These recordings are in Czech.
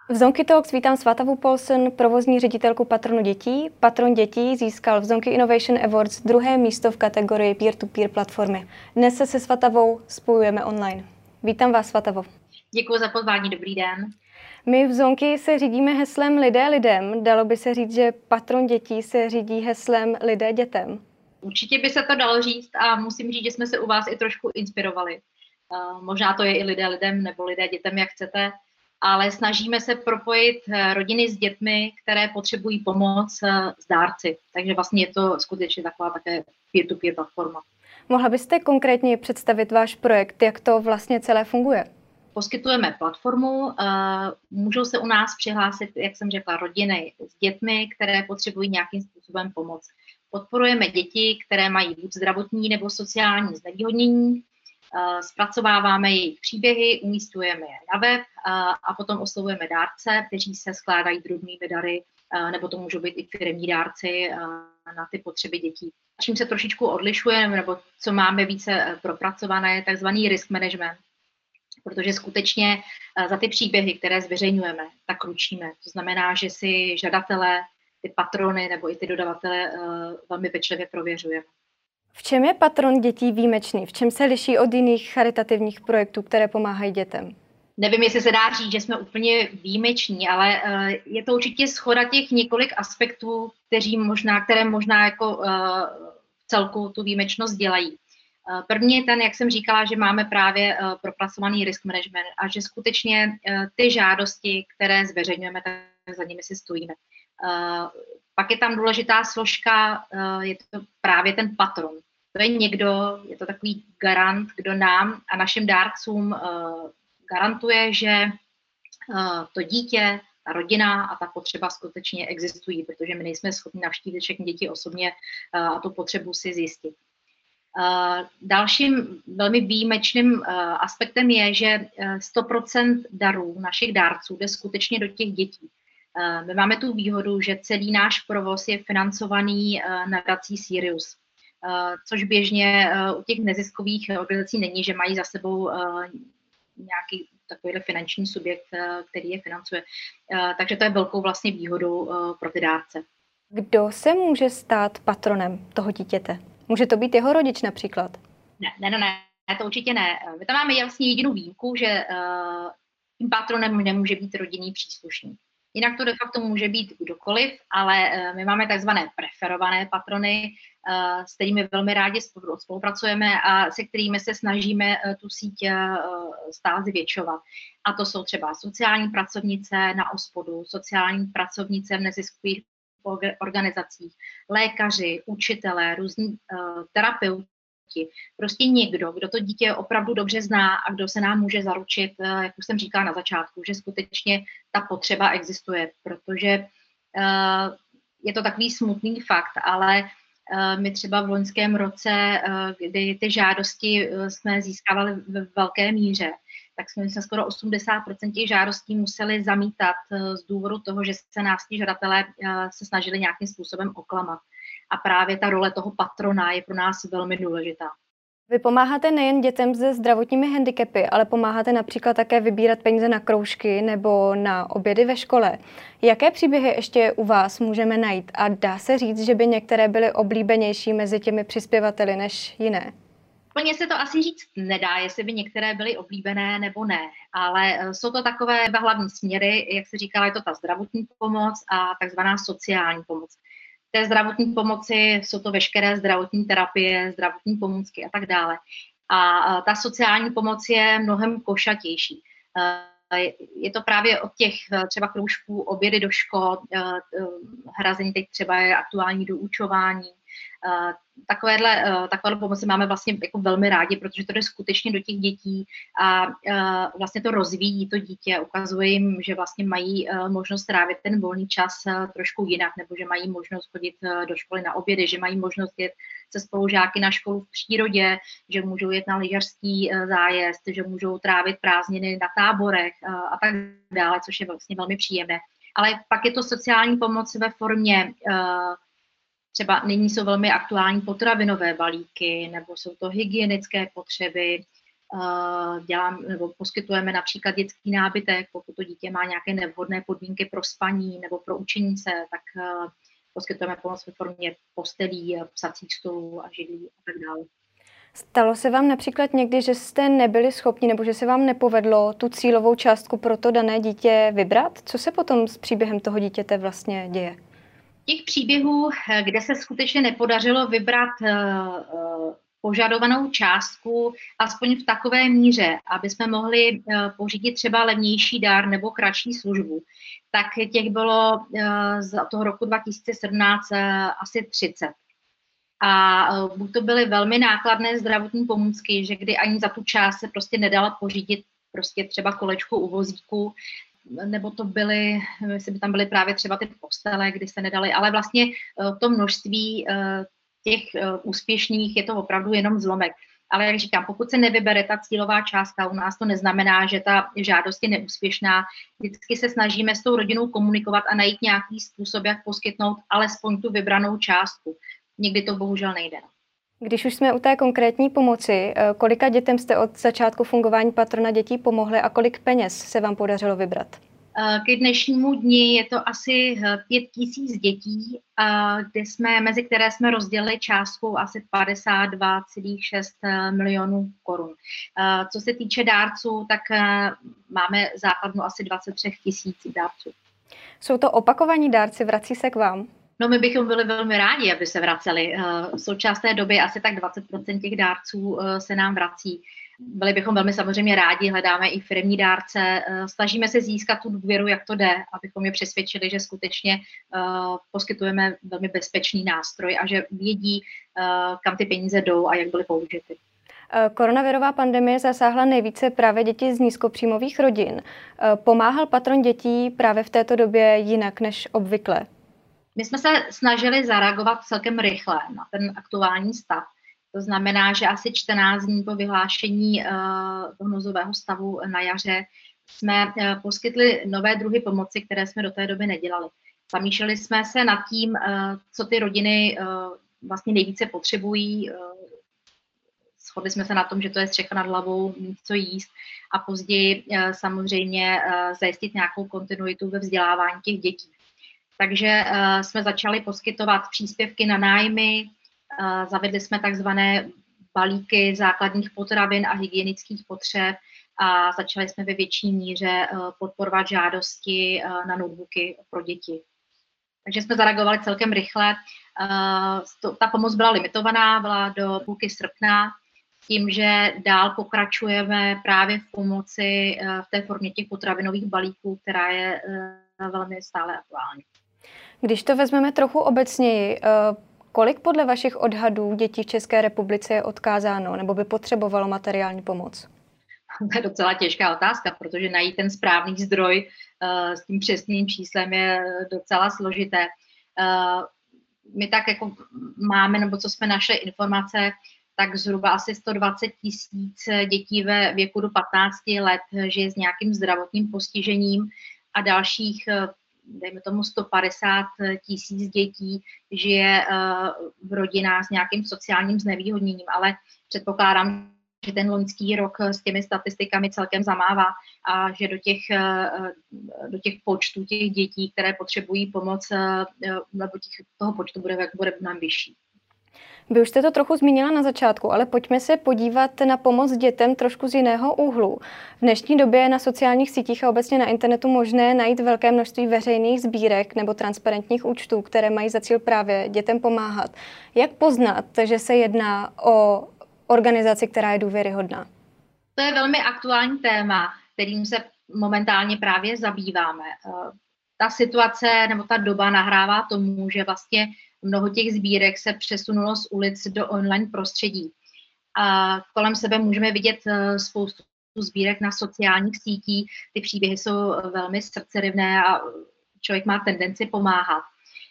V Zonky Talks vítám Svatavu Polson, provozní ředitelku Patronu dětí. Patron dětí získal v Zonky Innovation Awards druhé místo v kategorii peer-to-peer platformy. Dnes se Svatavou spojujeme online. Vítám vás, Svatavo. Děkuji za pozvání, dobrý den. My v Zonky se řídíme heslem lidé lidem. Dalo by se říct, že patron dětí se řídí heslem lidé dětem? Určitě by se to dalo říct a musím říct, že jsme se u vás i trošku inspirovali. Možná to je i lidé lidem nebo lidé dětem, jak chcete, ale snažíme se propojit rodiny s dětmi, které potřebují pomoc s dárci. Takže vlastně je to skutečně taková také peer-to-peer platforma. Mohla byste konkrétně představit váš projekt, jak to vlastně celé funguje? Poskytujeme platformu, můžou se u nás přihlásit, jak jsem řekla, rodiny s dětmi, které potřebují nějakým způsobem pomoc. Podporujeme děti, které mají buď zdravotní nebo sociální znevýhodnění, zpracováváme jejich příběhy, umístujeme je na web a potom oslovujeme dárce, kteří se skládají drobnými dary, nebo to můžou být i firemní dárci na ty potřeby dětí. Čím se trošičku odlišujeme, nebo co máme více propracované, je takzvaný risk management, protože skutečně za ty příběhy, které zveřejňujeme, tak ručíme. To znamená, že si žadatelé, ty patrony nebo i ty dodavatele velmi pečlivě prověřujeme. V čem je patron dětí výjimečný? V čem se liší od jiných charitativních projektů, které pomáhají dětem? Nevím, jestli se dá říct, že jsme úplně výjimeční, ale je to určitě shoda těch několik aspektů, které možná jako v celku tu výjimečnost dělají. První je ten, jak jsem říkala, že máme právě propracovaný risk management a že skutečně ty žádosti, které zveřejňujeme, tak za nimi si stojíme. Pak je tam důležitá složka, je to právě ten patron. To je někdo, je to takový garant, kdo nám a našim dárcům garantuje, že to dítě, ta rodina a ta potřeba skutečně existují, protože my nejsme schopni navštívit všechny děti osobně a tu potřebu si zjistit. Dalším velmi výjimečným aspektem je, že 100% darů našich dárců jde skutečně do těch dětí. My máme tu výhodu, že celý náš provoz je financovaný nadací Sirius, což běžně u těch neziskových organizací není, že mají za sebou nějaký takovýhle finanční subjekt, který je financuje. Takže to je velkou vlastně výhodou pro ty dárce. Kdo se může stát patronem toho dítěte? Může to být jeho rodič například? Ne, to určitě ne. My tam máme vlastně jedinou výjimku, že tím patronem nemůže být rodinný příslušník. Jinak to de facto může být kdokoliv, ale my máme takzvané preferované patrony, s kterými velmi rádi spolupracujeme a se kterými se snažíme tu síť stále zvětšovat. A to jsou třeba sociální pracovnice na OSPODu, sociální pracovnice v neziskových organizacích, lékaři, učitelé, různí terapeuti. Prostě někdo, kdo to dítě opravdu dobře zná a kdo se nám může zaručit, jak už jsem říkala na začátku, že skutečně ta potřeba existuje, protože je to takový smutný fakt, ale my třeba v loňském roce, kdy ty žádosti jsme získávali ve velké míře, tak jsme skoro 80% těch žádostí museli zamítat z důvodu toho, že se nás ti žadatelé se snažili nějakým způsobem oklamat. A právě ta role toho patrona je pro nás velmi důležitá. Vy pomáháte nejen dětem se zdravotními handicapy, ale pomáháte například také vybírat peníze na kroužky nebo na obědy ve škole. Jaké příběhy ještě u vás můžeme najít? A dá se říct, že by některé byly oblíbenější mezi těmi přispěvateli než jiné? Plně se to asi říct nedá, jestli by některé byly oblíbené nebo ne, ale jsou to takové dva hlavní směry, jak se říkala, je to ta zdravotní pomoc a takzvaná sociální pomoc. Té zdravotní pomoci jsou to veškeré zdravotní terapie, zdravotní pomůcky a tak dále. A ta sociální pomoc je mnohem košatější. Je to právě od těch třeba kroužků, obědy do škol, hrazení teď třeba je aktuální doučování. Takovéhle pomoci máme vlastně jako velmi rádi, protože to jde skutečně do těch dětí a vlastně to rozvíjí to dítě, ukazuje jim, že vlastně mají možnost trávit ten volný čas trošku jinak, nebo že mají možnost chodit do školy na obědy, že mají možnost jet se spolužáky na školu v přírodě, že můžou jet na lyžařský zájezd, že můžou trávit prázdniny na táborech a tak dále, což je vlastně velmi příjemné. Ale pak je to sociální pomoc ve formě třeba nyní jsou velmi aktuální potravinové balíky, nebo jsou to hygienické potřeby, nebo poskytujeme například dětský nábytek, pokud to dítě má nějaké nevhodné podmínky pro spaní nebo pro učení se, tak poskytujeme pomoc ve formě postelí, psacích stolů a židlí a tak dále. Stalo se vám například někdy, že jste nebyli schopni nebo že se vám nepovedlo tu cílovou částku pro to dané dítě vybrat? Co se potom s příběhem toho dítěte vlastně děje? Těch příběhů, kde se skutečně nepodařilo vybrat požadovanou částku, aspoň v takové míře, aby jsme mohli pořídit třeba levnější dár nebo kratší službu, tak těch bylo z toho roku 2017 asi 30. A buď to byly velmi nákladné zdravotní pomůcky, že kdy ani za tu část se prostě nedala pořídit prostě třeba kolečku u vozíku, nebo to byly, myslím, tam byly právě třeba ty postele, kdy se nedaly, ale vlastně to množství těch úspěšných je to opravdu jenom zlomek. Ale jak říkám, pokud se nevybere ta cílová částka, u nás to neznamená, že ta žádost je neúspěšná. Vždycky se snažíme s tou rodinou komunikovat a najít nějaký způsob, jak poskytnout alespoň tu vybranou částku. Někdy to bohužel nejde. Když už jsme u té konkrétní pomoci, kolika dětem jste od začátku fungování patrona dětí pomohli a kolik peněz se vám podařilo vybrat? K dnešnímu dni je to asi 5 000 dětí, mezi které jsme rozdělili částku asi 52,6 milionů korun. Co se týče dárců, tak máme základnu asi 23 000 dárců. Jsou to opakovaní dárci, vrací se k vám? No, my bychom byli velmi rádi, aby se vraceli. V současné době asi tak 20% těch dárců se nám vrací. Byli bychom velmi samozřejmě rádi, hledáme i firemní dárce, snažíme se získat tu důvěru, jak to jde, abychom je přesvědčili, že skutečně poskytujeme velmi bezpečný nástroj a že vědí, kam ty peníze jdou a jak byly použity. Koronavirová pandemie zasáhla nejvíce právě děti z nízkopříjmových rodin. Pomáhal patron dětí právě v této době jinak než obvykle? My jsme se snažili zareagovat celkem rychle na ten aktuální stav. To znamená, že asi 14 dní po vyhlášení toho nouzového stavu na jaře jsme poskytli nové druhy pomoci, které jsme do té doby nedělali. Zamýšleli jsme se nad tím, co ty rodiny vlastně nejvíce potřebují. Shodli jsme se na tom, že to je střecha nad hlavou, mít co jíst a později samozřejmě zajistit nějakou kontinuitu ve vzdělávání těch dětí. Takže jsme začali poskytovat příspěvky na nájmy, zavedli jsme takzvané balíky základních potravin a hygienických potřeb a začali jsme ve větší míře podporovat žádosti na notebooky pro děti. Takže jsme zareagovali celkem rychle. Ta pomoc byla limitovaná, byla do půlky srpna, tím, že dál pokračujeme právě v pomoci v té formě těch potravinových balíků, která je velmi stále aktuální. Když to vezmeme trochu obecněji, kolik podle vašich odhadů dětí v České republice je odkázáno nebo by potřebovalo materiální pomoc? To je docela těžká otázka, protože najít ten správný zdroj s tím přesným číslem je docela složité. My tak jako máme, nebo co jsme našli informace, tak zhruba asi 120 000 dětí ve věku do 15 let žije s nějakým zdravotním postižením a dalších, dejme tomu 150 000 dětí žije v rodinách s nějakým sociálním znevýhodněním, ale předpokládám, že ten loňský rok s těmi statistikami celkem zamává a že do těch počtů těch dětí, které potřebují pomoc, nebo toho počtu bude mnohem vyšší. Vy už jste to trochu zmínila na začátku, ale pojďme se podívat na pomoc dětem trošku z jiného úhlu. V dnešní době je na sociálních sítích a obecně na internetu možné najít velké množství veřejných sbírek nebo transparentních účtů, které mají za cíl právě dětem pomáhat. Jak poznat, že se jedná o organizaci, která je důvěryhodná? To je velmi aktuální téma, kterým se momentálně právě zabýváme. Ta situace nebo ta doba nahrává tomu, že vlastně mnoho těch sbírek se přesunulo z ulic do online prostředí. A kolem sebe můžeme vidět spoustu sbírek na sociálních sítích. Ty příběhy jsou velmi srdcerivné a člověk má tendenci pomáhat.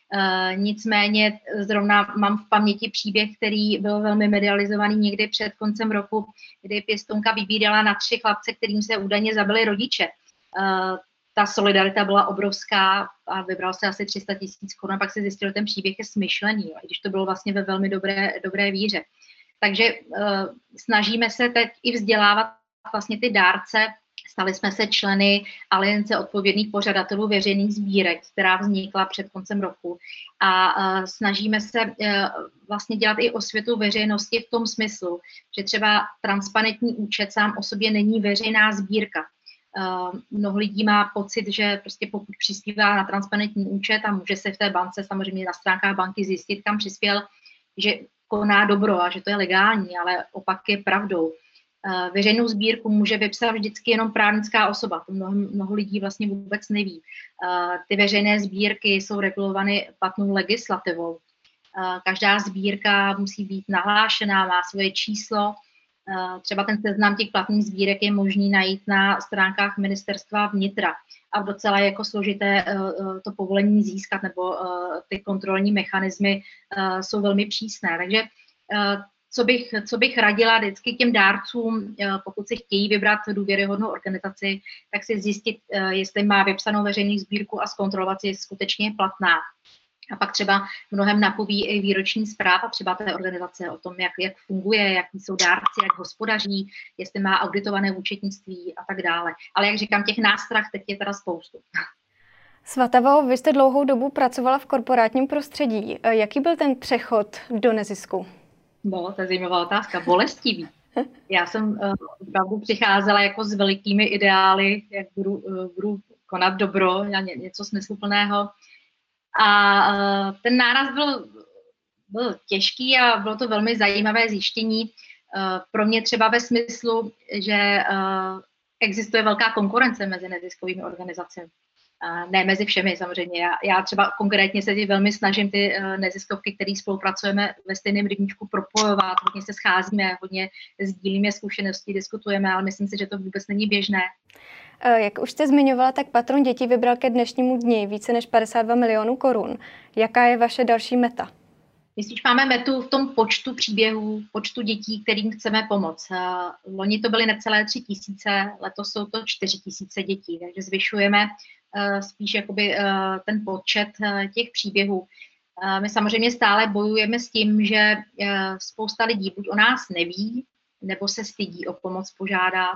Nicméně zrovna mám v paměti příběh, který byl velmi medializovaný někdy před koncem roku, kdy pěstounka vybírala na 3 chlapce, kterým se údajně zabili rodiče. Ta solidarita byla obrovská a vybral se asi 300 000 korun, a pak se zjistilo, že ten příběh je smyšlený, i když to bylo vlastně ve velmi dobré víře. Takže snažíme se teď i vzdělávat vlastně ty dárce. Stali jsme se členy Aliance odpovědných pořadatelů veřejných sbírek, která vznikla před koncem roku. A snažíme se vlastně dělat i osvětu veřejnosti v tom smyslu, že třeba transparentní účet sám o sobě není veřejná sbírka. Mnoho lidí má pocit, že prostě pokud přispívá na transparentní účet a může se v té bance samozřejmě na stránkách banky zjistit, kam přispěl, že koná dobro a že to je legální, ale opak je pravdou. Veřejnou sbírku může vypsat vždycky jenom právnická osoba, to mnoho lidí vlastně vůbec neví. Ty veřejné sbírky jsou regulovány platnou legislativou. Každá sbírka musí být nahlášená, má svoje číslo. Třeba ten seznam těch platných sbírek je možný najít na stránkách Ministerstva vnitra a docela jako složité to povolení získat, nebo ty kontrolní mechanismy jsou velmi přísné. Takže co bych radila vždycky těm dárcům, pokud si chtějí vybrat důvěryhodnou organizaci, tak si zjistit, jestli má vypsanou veřejnou sbírku a zkontrolovat, jestli je skutečně platná. A pak třeba mnohem napoví i výroční zpráva třeba té organizace o tom, jak funguje, jaký jsou dárci, jak hospodaří, jestli má auditované účetnictví a tak dále. Ale jak říkám, těch nástrah teď je teda spoustu. Svatavo, vy jste dlouhou dobu pracovala v korporátním prostředí. Jaký byl ten přechod do nezisku? No, to je zajímavá otázka. Bolestivý. Já jsem opravdu přicházela jako s velikými ideály, jak budu konat dobro, něco smysluplného. A ten náraz byl těžký a bylo to velmi zajímavé zjištění. Pro mě třeba ve smyslu, že existuje velká konkurence mezi neziskovými organizacemi. Ne mezi všemi samozřejmě. Já třeba konkrétně se velmi snažím ty neziskovky, které spolupracujeme ve stejném rybníčku, propojovat. Hodně se scházíme, hodně sdílíme zkušenosti, diskutujeme, ale myslím si, že to vůbec není běžné. Jak už jste zmiňovala, tak patron dětí vybral ke dnešnímu dni více než 52 milionů korun. Jaká je vaše další meta? My spíš máme metu v tom počtu příběhů, počtu dětí, kterým chceme pomoct. Loni to byly necelé 3 000, letos jsou to 4 000 dětí, takže zvyšujeme spíš jakoby ten počet těch příběhů. My samozřejmě stále bojujeme s tím, že spousta lidí buď o nás neví, nebo se stydí o pomoc požádat.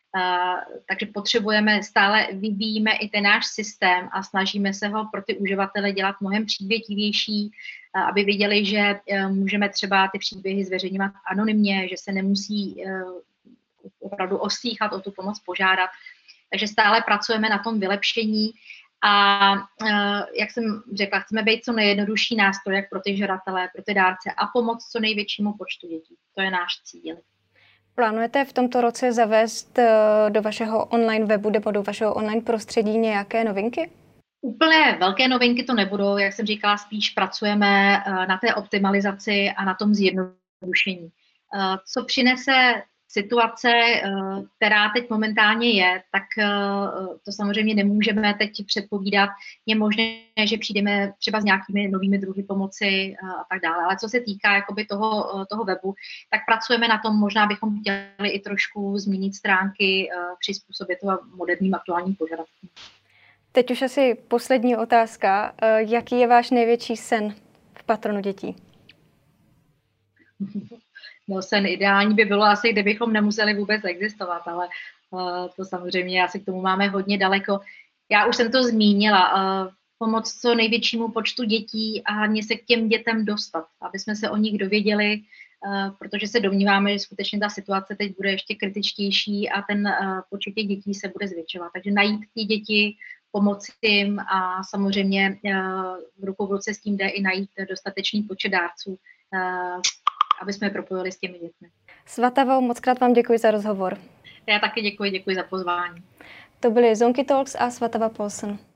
Takže stále vyvíjíme i ten náš systém a snažíme se ho pro ty uživatele dělat mnohem přívětivější, aby viděli, že můžeme třeba ty příběhy zveřejňovat anonymně, že se nemusí opravdu ostýchat o tu pomoc požádat. Takže stále pracujeme na tom vylepšení a jak jsem řekla, chceme být co nejjednodušší nástroj jak pro ty žadatele, pro ty dárce a pomoct co největšímu počtu dětí. To je náš cíl. Plánujete v tomto roce zavést do vašeho online webu nebo do vašeho online prostředí nějaké novinky? Úplně velké novinky to nebudou, jak jsem říkala, spíš pracujeme na té optimalizaci a na tom zjednodušení. Co přinese situace, která teď momentálně je, tak to samozřejmě nemůžeme teď předpovídat. Je možné, že přijdeme třeba s nějakými novými druhy pomoci a tak dále. Ale co se týká jakoby toho webu, tak pracujeme na tom, možná bychom chtěli i trošku změnit stránky, přizpůsobit to moderním aktuálním požadavkům. Teď už asi poslední otázka. Jaký je váš největší sen v patronu dětí? No, sen ideální by bylo asi, kdybychom nemuseli vůbec existovat, ale to samozřejmě asi k tomu máme hodně daleko. Já už jsem to zmínila, pomoct co největšímu počtu dětí a hlavně se k těm dětem dostat, aby jsme se o nich dověděli, protože se domníváme, že skutečně ta situace teď bude ještě kritičtější a ten počet těch dětí se bude zvětšovat. Takže najít ty děti, pomoci jim a samozřejmě v ruku v ruce s tím jde i najít dostatečný počet dárců, aby jsme je propojili s těmi dětmi. Svatavo, mockrát vám děkuji za rozhovor. Já taky děkuji za pozvání. To byly Zonky Talks a Svatava Paulsen.